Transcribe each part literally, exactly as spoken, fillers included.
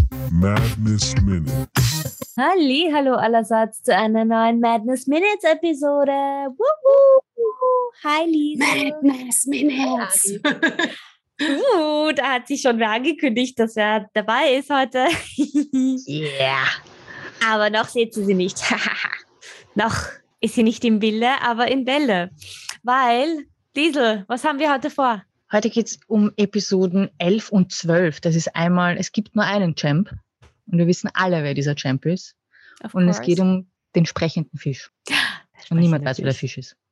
Madness Minutes. Halli, hallo allerseits zu einer neuen Madness Minutes Episode. Wuhu. Hi Lisa. Madness Minutes. Uh, da hat sich schon wer angekündigt, dass er dabei ist heute. Yeah. Aber noch seht ihr sie nicht. Noch ist sie nicht im Bilde, aber in Bälle. Weil, Liesl, was haben wir heute vor? Heute geht es um Episoden elf und zwölf. Das ist einmal, es gibt nur einen Champ. Und wir wissen alle, wer dieser Champ ist. Of und course. es geht um den sprechenden Fisch. Und niemand weiß, wer der Fisch ist.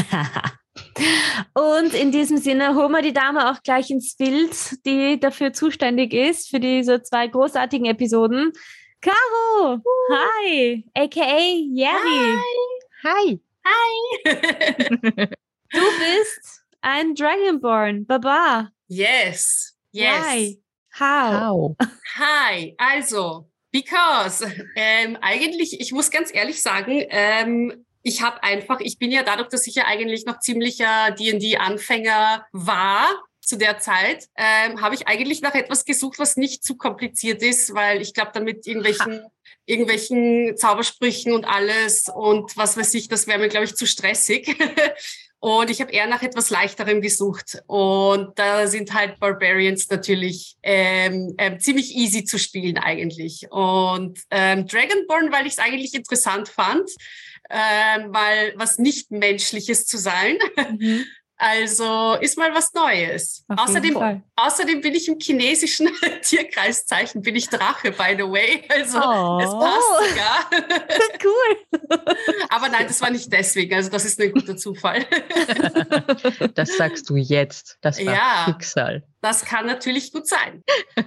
Und in diesem Sinne holen wir die Dame auch gleich ins Bild, die dafür zuständig ist, für diese zwei großartigen Episoden. Caro! Uh. Hi! A K A Yeri! Hi! Hi! Du bist ein Dragonborn, Baba. Yes, yes. Why? How? How? Hi, also, because, ähm, eigentlich, ich muss ganz ehrlich sagen, ähm, ich habe einfach, ich bin ja dadurch, dass ich ja eigentlich noch ziemlicher D und D-Anfänger war zu der Zeit, ähm, habe ich eigentlich nach etwas gesucht, was nicht zu kompliziert ist, weil ich glaube, damit irgendwelchen, irgendwelchen Zaubersprüchen und alles und was weiß ich, das wäre mir, glaube ich, zu stressig. Und ich habe eher nach etwas Leichterem gesucht. Und da sind halt Barbarians natürlich ähm, ähm, ziemlich easy zu spielen eigentlich. Und ähm, Dragonborn, weil ich es eigentlich interessant fand, ähm, weil was nicht Menschliches zu sein. Mhm. Also ist mal was Neues. Auf außerdem, außerdem bin ich im chinesischen Tierkreiszeichen, bin ich Drache, by the way. Also oh. es passt sogar. Cool. Aber nein, das war nicht deswegen. Also das ist ein guter Zufall. Das sagst du jetzt. Das war ja, Schicksal. Das kann natürlich gut sein.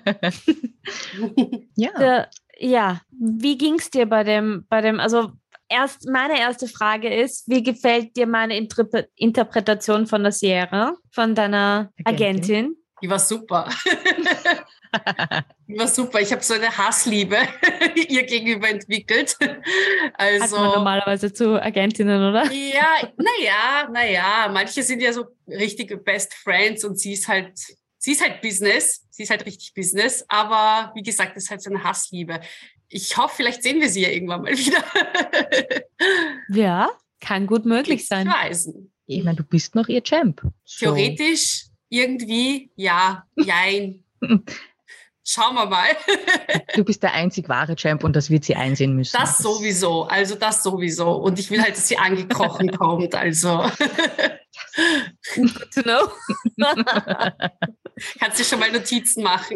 Ja. Der, ja. Wie ging's dir bei dem, bei dem, also Erst, meine erste Frage ist, wie gefällt dir meine Interpre- Interpretation von der Serie, von deiner Agentin? Agentin? Die war super. Die war super. Ich habe so eine Hassliebe ihr gegenüber entwickelt. Also, hat man normalerweise zu Agentinnen, oder? Ja, naja, naja. Manche sind ja so richtige Best Friends und sie ist halt, sie ist halt Business. Sie ist halt richtig Business. Aber wie gesagt, das ist halt so eine Hassliebe. Ich hoffe, vielleicht sehen wir sie ja irgendwann mal wieder. Ja, kann gut möglich sein. Reisen. Ich meine, du bist noch ihr Champ. So. Theoretisch, irgendwie, ja, jein. Schauen wir mal. Du bist der einzig wahre Champ und das wird sie einsehen müssen. Das sowieso, also das sowieso. Und ich will halt, dass sie angekrochen kommt, also. Good to know. Kannst du schon mal Notizen machen.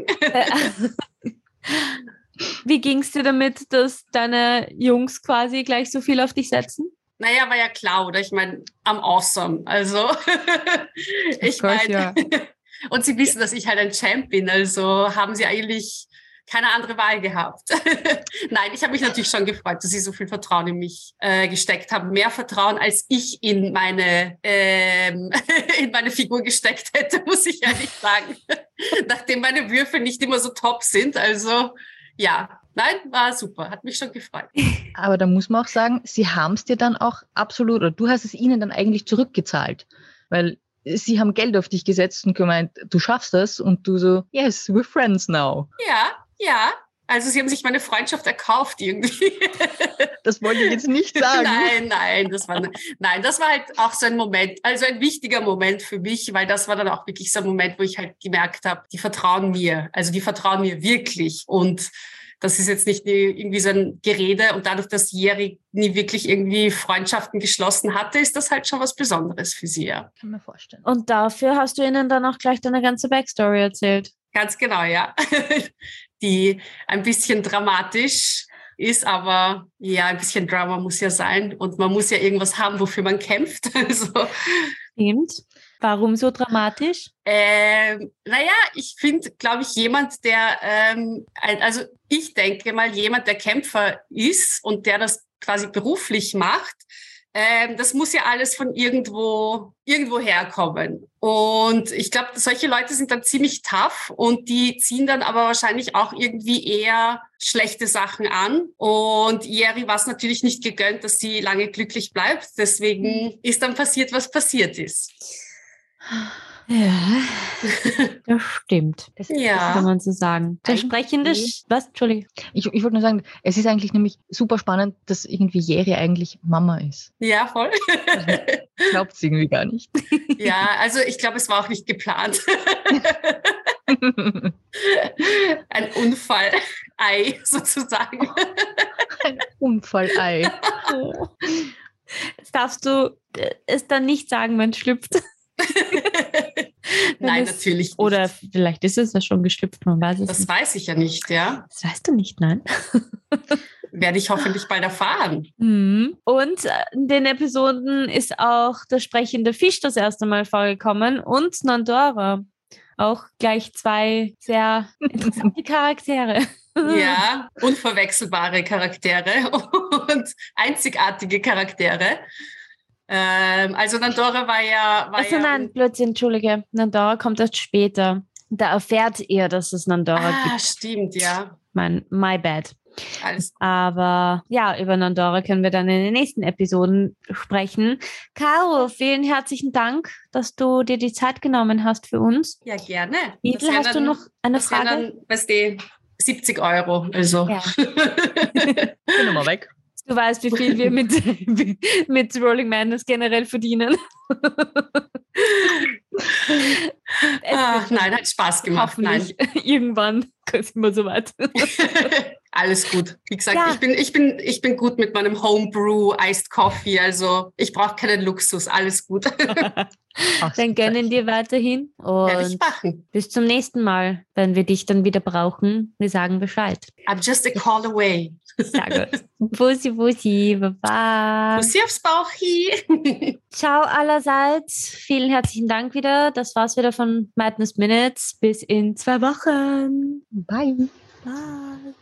Wie ging es dir damit, dass deine Jungs quasi gleich so viel auf dich setzen? Naja, war ja klar, oder? Ich meine, am awesome. Also, ich meine, ja. Und sie wissen, dass ich halt ein Champ bin, also haben sie eigentlich keine andere Wahl gehabt. Nein, ich habe mich natürlich schon gefreut, dass sie so viel Vertrauen in mich äh, gesteckt haben. Mehr Vertrauen, als ich in meine, ähm, in meine Figur gesteckt hätte, muss ich ehrlich sagen. Nachdem meine Würfel nicht immer so top sind, also ja, nein, war super, hat mich schon gefreut. Aber da muss man auch sagen, sie haben es dir dann auch absolut, oder du hast es ihnen dann eigentlich zurückgezahlt, weil sie haben Geld auf dich gesetzt und gemeint, du schaffst das und du so, yes, we're friends now. Ja, ja, also sie haben sich meine Freundschaft erkauft irgendwie. Das wollte ich jetzt nicht sagen. Nein, nein, das war, nein, das war halt auch so ein Moment, also ein wichtiger Moment für mich, weil das war dann auch wirklich so ein Moment, wo ich halt gemerkt habe, die vertrauen mir, also die vertrauen mir wirklich und das ist jetzt nicht irgendwie so ein Gerede und dadurch, dass Yeri nie wirklich irgendwie Freundschaften geschlossen hatte, ist das halt schon was Besonderes für sie, ja. Kann mir vorstellen. Und dafür hast du ihnen dann auch gleich deine ganze Backstory erzählt. Ganz genau, ja. Die ein bisschen dramatisch ist, aber ja, ein bisschen Drama muss ja sein und man muss ja irgendwas haben, wofür man kämpft. Also, stimmt. Warum so dramatisch? Ähm, naja, ich finde, glaube ich, jemand, der, ähm, also ich denke mal, jemand, der Kämpfer ist und der das quasi beruflich macht, ähm, das muss ja alles von irgendwo, irgendwo herkommen. Und ich glaube, solche Leute sind dann ziemlich tough und die ziehen dann aber wahrscheinlich auch irgendwie eher schlechte Sachen an. Und Yeri war es natürlich nicht gegönnt, dass sie lange glücklich bleibt. Deswegen ist dann passiert, was passiert ist. Ja, das stimmt. Es, Ja. Kann man so sagen. Der sprechende, Sch- was? Entschuldige. Ich, ich wollte nur sagen, es ist eigentlich nämlich super spannend, dass irgendwie Jerry eigentlich Mama ist. Ja, voll. Glaubt es irgendwie gar nicht. Ja, also ich glaube, es war auch nicht geplant. Ein Unfall-Ei sozusagen. Ein Unfallei. Das darfst du äh, es dann nicht sagen, wenn es schlüpft. Nein, es, natürlich nicht. Oder vielleicht ist es ja schon geschlüpft, man weiß es Das nicht. weiß ich ja nicht, ja. Das weißt du nicht, nein. Werde ich hoffentlich bald erfahren. Mhm. Und äh, in den Episoden ist auch der sprechende Fisch das erste Mal vorgekommen und Nandora. Auch gleich zwei sehr interessante Charaktere. Ja, unverwechselbare Charaktere und einzigartige Charaktere. Ähm, also Nandora war ja... War Also ja nein, Blödsinn, Entschuldige. Nandora kommt erst später. Da erfährt ihr, dass es Nandora ah, gibt. stimmt, ja. Mein, my bad. Alles Aber ja, über Nandora können wir dann in den nächsten Episoden sprechen. Caro, vielen herzlichen Dank, dass du dir die Zeit genommen hast für uns. Ja, gerne. Idel, hast du noch eine das wären Frage? dann, weißt du, siebzig Euro. Also. Ja. Geh nochmal weg. Du weißt, wie viel wir mit, mit Rolling Madness generell verdienen. Ah, nein, hat Spaß gemacht. Nein. Irgendwann sind wir soweit. Alles gut. Wie gesagt, Ja. ich, bin, ich, bin, ich bin gut mit meinem Homebrew Iced Coffee. Also ich brauche keinen Luxus. Alles gut. Ach, Dann gönnen dir weiterhin Werde ich und machen. bis zum nächsten Mal, wenn wir dich dann wieder brauchen. Wir sagen Bescheid. I'm just a call away. Sehr gut. Bussi, Bussi, Baba. Bussi aufs Bauchi. Ciao allerseits. Vielen herzlichen Dank wieder. Das war's wieder von Madness Minutes. Bis in zwei Wochen. Bye. Bye.